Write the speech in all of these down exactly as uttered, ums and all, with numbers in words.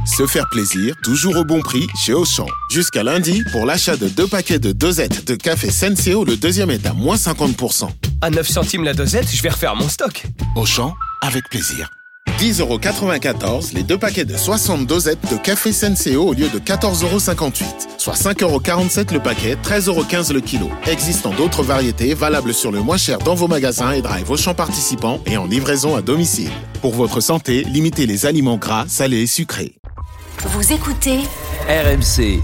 Se faire plaisir, toujours au bon prix chez Auchan. Jusqu'à lundi, pour l'achat de deux paquets de dosettes de café Senseo, le deuxième est à moins cinquante pour cent. À neuf centimes la dosette, je vais refaire mon stock. Auchan, avec plaisir. dix euros quatre-vingt-quatorze les deux paquets de soixante dosettes de café Senseo au lieu de quatorze euros cinquante-huit. Soit cinq euros quarante-sept le paquet, treize euros quinze le kilo. Existant d'autres variétés valables sur le moins cher dans vos magasins et drive Auchan participants et en livraison à domicile. Pour votre santé, limitez les aliments gras, salés et sucrés. Vous écoutez R M C.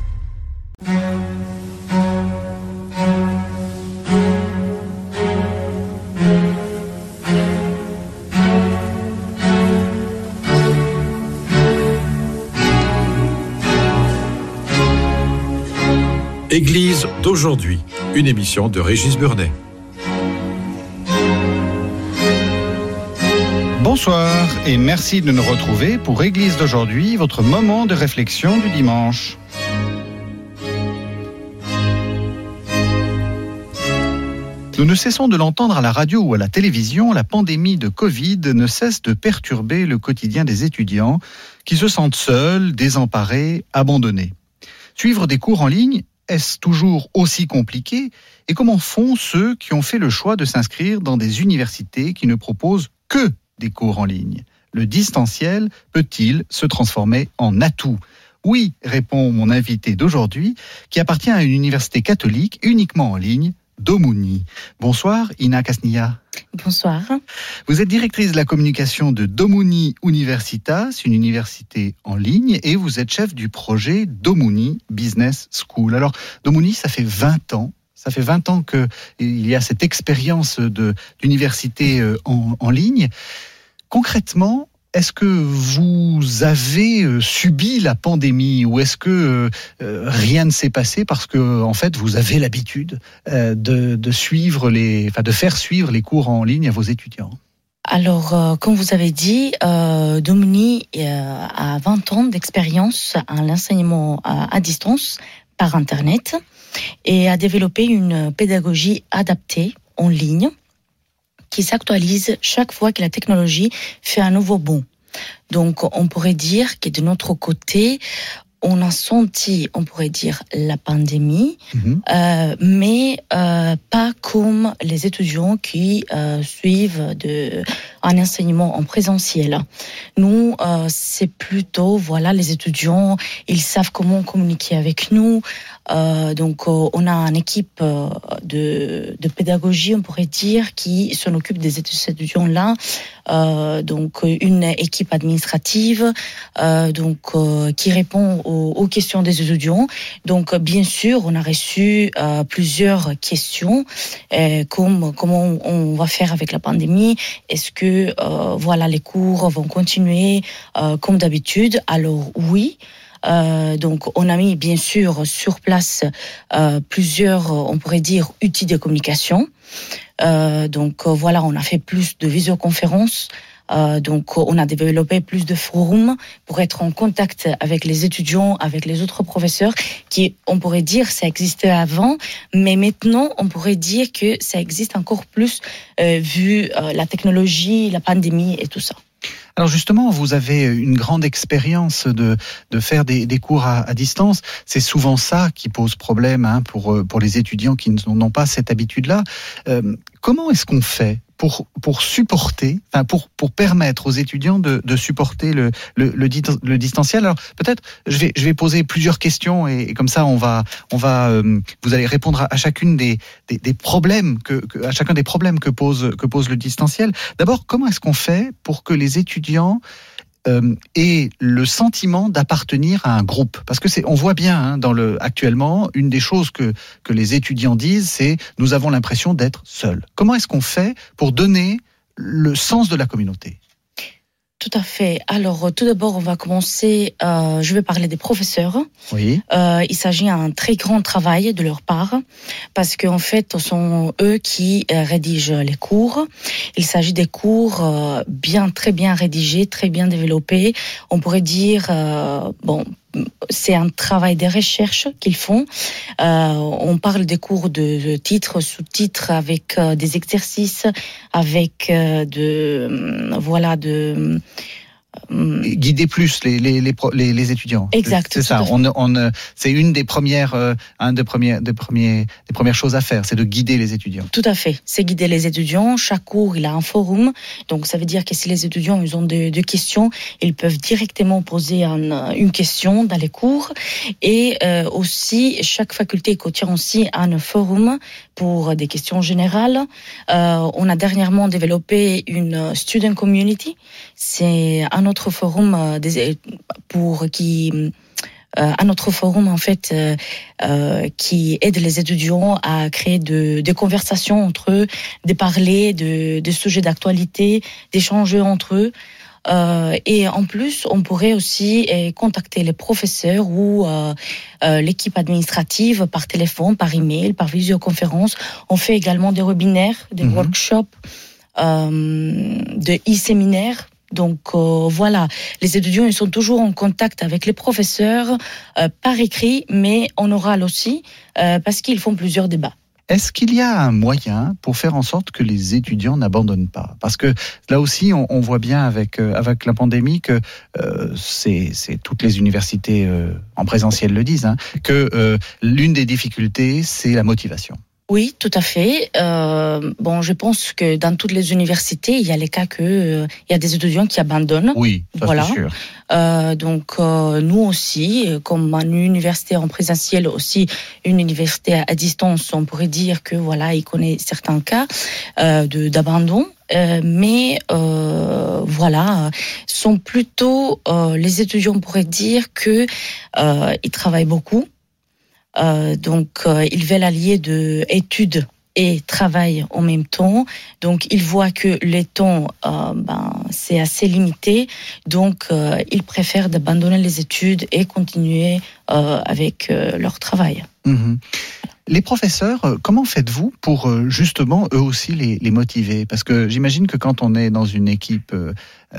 Église d'aujourd'hui, une émission de Régis Burnet. Bonsoir et merci de nous retrouver pour Église d'aujourd'hui, votre moment de réflexion du dimanche. Nous ne cessons de l'entendre à la radio ou à la télévision, la pandémie de Covid ne cesse de perturber le quotidien des étudiants qui se sentent seuls, désemparés, abandonnés. Suivre des cours en ligne, est-ce toujours aussi compliqué ? Et comment font ceux qui ont fait le choix de s'inscrire dans des universités qui ne proposent que des cours en ligne ? Le distanciel peut-il se transformer en atout ? Oui, répond mon invité d'aujourd'hui, qui appartient à une université catholique uniquement en ligne, Domouni. Bonsoir, Ina Kasnia. Bonsoir. Vous êtes directrice de la communication de Domouni Universitas, une université en ligne, et vous êtes chef du projet Domouni Business School. Alors, Domouni, ça fait vingt ans. Ça fait vingt ans qu'il y a cette expérience de, d'université en, en ligne. Concrètement, est-ce que vous avez subi la pandémie ou est-ce que euh, rien ne s'est passé parce que en fait vous avez l'habitude euh, de, de suivre les, enfin de faire suivre les cours en ligne à vos étudiants ? Alors, euh, comme vous avez dit, euh, Domouni euh, a vingt ans d'expérience à l'enseignement à, à distance par Internet et a développé une pédagogie adaptée en ligne qui s'actualise chaque fois que la technologie fait un nouveau bond. Donc, on pourrait dire que de notre côté, on a senti, on pourrait dire, la pandémie, mmh. euh, mais euh, pas comme les étudiants qui euh, suivent de, un enseignement en présentiel. Nous, euh, c'est plutôt, voilà, les étudiants, ils savent comment communiquer avec nous. Euh, donc, euh, on a une équipe euh, de, de pédagogie, on pourrait dire, qui s'en occupe des étudiants-là. Euh, donc, une équipe administrative, euh, donc euh, qui répond aux, aux questions des étudiants. Donc, bien sûr, on a reçu euh, plusieurs questions, euh, comme comment on va faire avec la pandémie. Est-ce que euh, voilà, les cours vont continuer euh, comme d'habitude ? Alors oui. Euh, donc, on a mis bien sûr sur place euh, plusieurs, on pourrait dire, outils de communication. Euh, donc euh, voilà, on a fait plus de visioconférences. Euh, donc, on a développé plus de forums pour être en contact avec les étudiants, avec les autres professeurs, qui, on pourrait dire, ça existait avant, mais maintenant, on pourrait dire que ça existe encore plus euh, vu euh, la technologie, la pandémie et tout ça. Alors justement, vous avez une grande expérience de, de faire des, des cours à, à distance. C'est souvent ça qui pose problème hein, pour, pour les étudiants qui n'ont pas cette habitude-là. Euh, comment est-ce qu'on fait pour, pour supporter, enfin pour, pour permettre aux étudiants de, de supporter le, le, le, le distanciel ? Alors peut-être, je vais, je vais poser plusieurs questions et, et comme ça, on va, on va, euh, vous allez répondre à, à chacune des, des, des problèmes que, que, à chacun des problèmes que pose, que pose le distanciel. D'abord, comment est-ce qu'on fait pour que les étudiants Euh, et le sentiment d'appartenir à un groupe, parce que c'est, on voit bien hein, dans le actuellement une des choses que que les étudiants disent, c'est nous avons l'impression d'être seuls. Comment est-ce qu'on fait pour donner le sens de la communauté ? Tout à fait. Alors, tout d'abord, on va commencer, euh, je vais parler des professeurs. Oui. Euh, il s'agit d'un très grand travail de leur part, parce qu'en fait, ce sont eux qui euh, rédigent les cours. Il s'agit des cours euh, bien, très bien rédigés, très bien développés. On pourrait dire, euh, bon, c'est un travail de recherche qu'ils font. Euh, on parle des cours de, de titres, sous-titres, avec euh, des exercices, avec euh, de, euh, voilà, de... guider plus les les les, les, les étudiants. Exact. C'est ça. On, on, c'est une des premières, euh, un des premiers, des premiers, des premières choses à faire, c'est de guider les étudiants. Tout à fait. C'est guider les étudiants. Chaque cours, il a un forum. Donc, ça veut dire que si les étudiants ils ont des de questions, ils peuvent directement poser un, une question dans les cours. Et euh, aussi, chaque faculté contient aussi un forum pour des questions générales. Euh, on a dernièrement développé une student community. C'est un autre forum euh, des, pour qui euh, un autre forum en fait euh, euh, qui aide les étudiants à créer de, des conversations entre eux, de parler de, de sujets d'actualité, d'échanger entre eux. Euh, et en plus, on pourrait aussi euh, contacter les professeurs ou euh, euh, l'équipe administrative par téléphone, par email, par visioconférence. On fait également des webinaires, des mmh. workshops, euh, des e-séminaires. Donc euh, voilà, les étudiants ils sont toujours en contact avec les professeurs euh, par écrit, mais en oral aussi, euh, parce qu'ils font plusieurs débats. Est-ce qu'il y a un moyen pour faire en sorte que les étudiants n'abandonnent pas ? Parce que là aussi, on, on voit bien avec euh, avec la pandémie que euh, c'est, c'est toutes les universités euh, en présentiel le disent, hein, que euh, l'une des difficultés, c'est la motivation. Oui, tout à fait. Euh, bon, je pense que dans toutes les universités, il y a les cas que euh, il y a des étudiants qui abandonnent. Oui, ça voilà. c'est sûr. Euh, donc euh, nous aussi, comme une université en présentiel, aussi une université à distance, on pourrait dire que voilà, il connaît certains cas euh, de d'abandon. Euh, mais euh, voilà, sont plutôt euh, les étudiants, on pourrait dire que euh, ils travaillent beaucoup. Euh, donc, euh, ils veulent allier de études et travail en même temps. Donc, ils voient que le temps, euh, ben, c'est assez limité. Donc, euh, ils préfèrent d'abandonner les études et continuer euh, avec euh, leur travail. Mmh. Les professeurs, comment faites-vous pour justement eux aussi les, les motiver ? Parce que j'imagine que quand on est dans une équipe euh,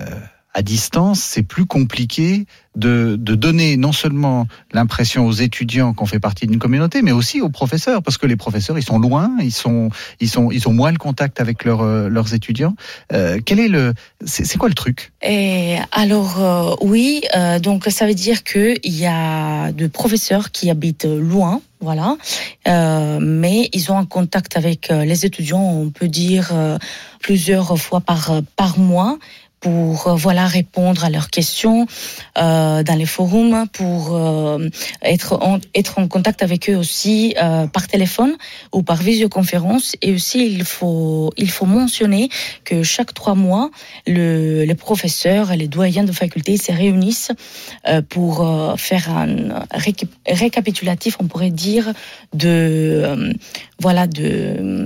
à distance, c'est plus compliqué de, de donner non seulement l'impression aux étudiants qu'on fait partie d'une communauté, mais aussi aux professeurs, parce que les professeurs, ils sont loin, ils sont, ils sont, ils ont moins le contact avec leurs, leurs étudiants. Euh, quel est le, c'est, c'est quoi le truc ? Et alors euh, oui, euh, donc ça veut dire que il y a des professeurs qui habitent loin. Voilà, euh, mais ils ont un contact avec les étudiants, on peut dire euh, plusieurs fois par par mois, pour euh, voilà répondre à leurs questions euh, dans les forums, pour euh, être en, être en contact avec eux aussi euh, par téléphone ou par visioconférence. Et aussi il faut il faut mentionner que chaque trois mois le, les professeurs et les doyens de faculté se réunissent euh, pour euh, faire un récap- récapitulatif, on pourrait dire, de euh, voilà de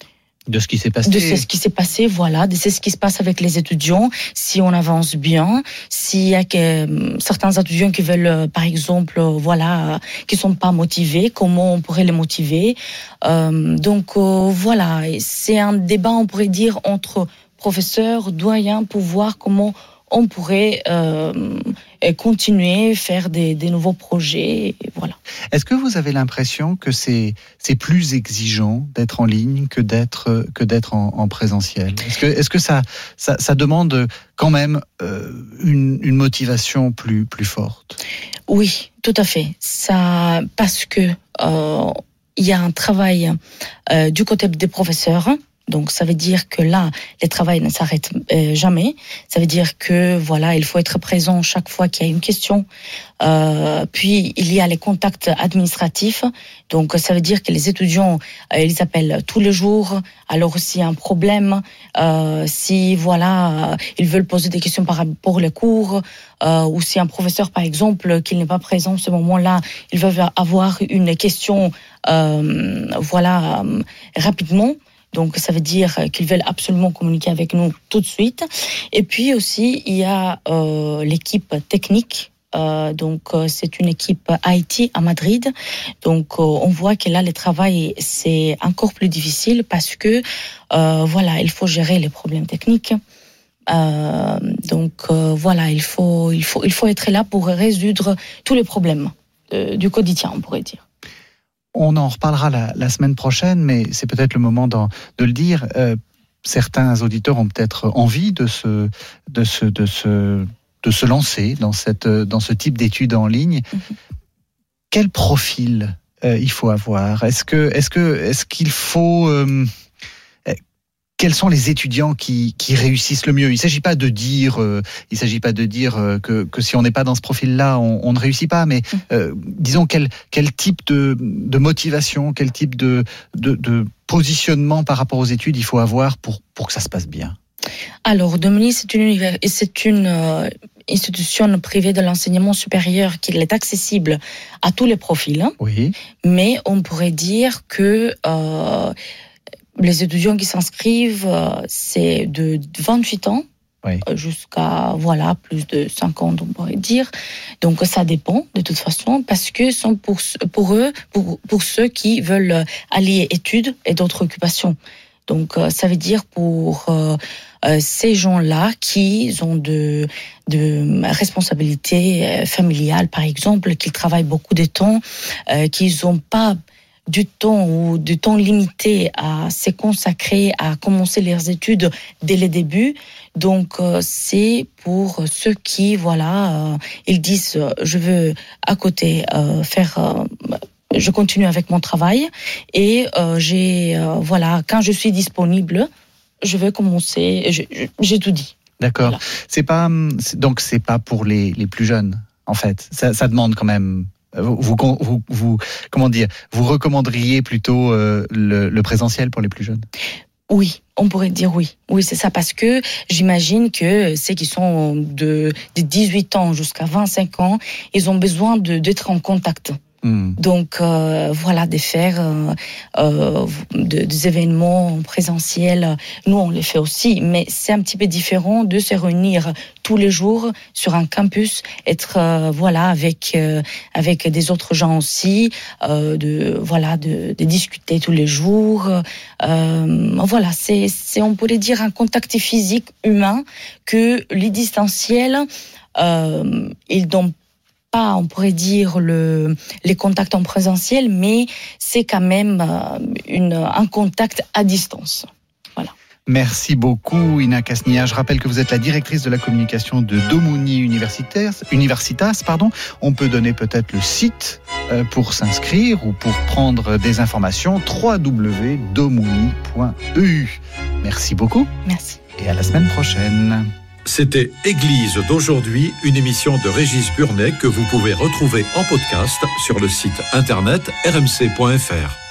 De ce qui s'est passé. De ce qui s'est passé, voilà, de ce qui se passe avec les étudiants, si on avance bien, s'il y a que, euh, certains étudiants qui veulent, euh, par exemple, euh, voilà, euh, qui sont pas motivés, comment on pourrait les motiver. Euh, donc euh, voilà, c'est un débat, on pourrait dire, entre professeurs, doyens, pour voir comment on pourrait euh, continuer, faire des, des nouveaux projets, et voilà. Est-ce que vous avez l'impression que c'est, c'est plus exigeant d'être en ligne que d'être, que d'être en, en présentiel ? Est-ce que, est-ce que ça, ça, ça demande quand même euh, une, une motivation plus, plus forte ? Oui, tout à fait. Ça, parce que euh, il y a un travail euh, du côté des professeurs. Donc, ça veut dire que là, les travaux ne s'arrêtent euh, jamais. Ça veut dire que, voilà, il faut être présent chaque fois qu'il y a une question. Euh, puis, il y a les contacts administratifs. Donc, ça veut dire que les étudiants, euh, ils appellent tous les jours. Alors, s'il y a un problème, euh, si, voilà, euh, ils veulent poser des questions par rapport aux cours, euh, ou si un professeur, par exemple, qui n'est pas présent à ce moment-là, ils veulent avoir une question, euh, voilà, euh, rapidement. Donc, ça veut dire qu'ils veulent absolument communiquer avec nous tout de suite. Et puis aussi, il y a euh, l'équipe technique. Euh, donc, euh, c'est une équipe I T à Madrid. Donc, euh, on voit que là, le travail, c'est encore plus difficile parce que, euh, voilà, il faut gérer les problèmes techniques. Euh, donc, euh, voilà, il faut, il faut, il faut être là pour résoudre tous les problèmes euh, du quotidien, on pourrait dire. On en reparlera la, la semaine prochaine, mais c'est peut-être le moment de le dire. Euh, certains auditeurs ont peut-être envie de se, de se, de se de se lancer dans, cette, dans ce type d'études en ligne, mmh. quel profil euh, il faut avoir ? Est-ce que, est-ce que, est-ce qu'il faut euh, Quels sont les étudiants qui, qui réussissent le mieux ? Il ne s'agit pas de dire, euh, il s'agit pas de dire euh, que, que si on n'est pas dans ce profil-là, on, on ne réussit pas. Mais euh, disons quel, quel type de, de motivation, quel type de, de, de positionnement par rapport aux études il faut avoir pour, pour que ça se passe bien. Alors, Domini, c'est une, univers, c'est une euh, institution privée de l'enseignement supérieur qui est accessible à tous les profils. Hein. Oui. Mais on pourrait dire que euh, les étudiants qui s'inscrivent, euh, c'est de vingt-huit ans oui. jusqu'à voilà plus de cinquante, on pourrait dire. Donc ça dépend de toute façon, parce que sont pour pour eux, pour pour ceux qui veulent allier études et d'autres occupations. Donc ça veut dire pour euh, euh, ces gens-là qui ont de de responsabilités familiales, par exemple, qui travaillent beaucoup de temps, euh, qui n'ont pas du temps ou du temps limité à se consacrer à commencer leurs études dès le début. Donc euh, c'est pour ceux qui voilà euh, ils disent euh, je veux à côté euh, faire euh, je continue avec mon travail et euh, j'ai euh, voilà quand je suis disponible je vais commencer je, je, j'ai tout dit. D'accord. Voilà. C'est pas donc c'est pas pour les les plus jeunes en fait. Ça, ça demande quand même. Vous, vous, vous, comment dire, vous recommanderiez plutôt euh, le, le présentiel pour les plus jeunes ? Oui, on pourrait dire oui. Oui, c'est ça, parce que j'imagine que ceux qui sont de, de dix-huit ans jusqu'à vingt-cinq ans, ils ont besoin de, d'être en contact. Mmh. Donc euh, voilà, de faire euh, euh, de, des événements présentiels, nous on les fait aussi, mais c'est un petit peu différent de se réunir tous les jours sur un campus, être euh, voilà avec euh, avec des autres gens aussi, euh, de voilà de, de discuter tous les jours. Euh, voilà, c'est c'est on pourrait dire un contact physique humain que les distanciels euh, ils donnent pas, on pourrait dire, le, les contacts en présentiel, mais c'est quand même euh, une, un contact à distance. Voilà. Merci beaucoup, Ina Casnia. Je rappelle que vous êtes la directrice de la communication de Domuni Universitas. Pardon. On peut donner peut-être le site euh, pour s'inscrire ou pour prendre des informations, w w w point domuni point e u. Merci beaucoup. Merci. Et à la semaine prochaine. C'était Église d'aujourd'hui, une émission de Régis Burnet que vous pouvez retrouver en podcast sur le site internet r m c point f r.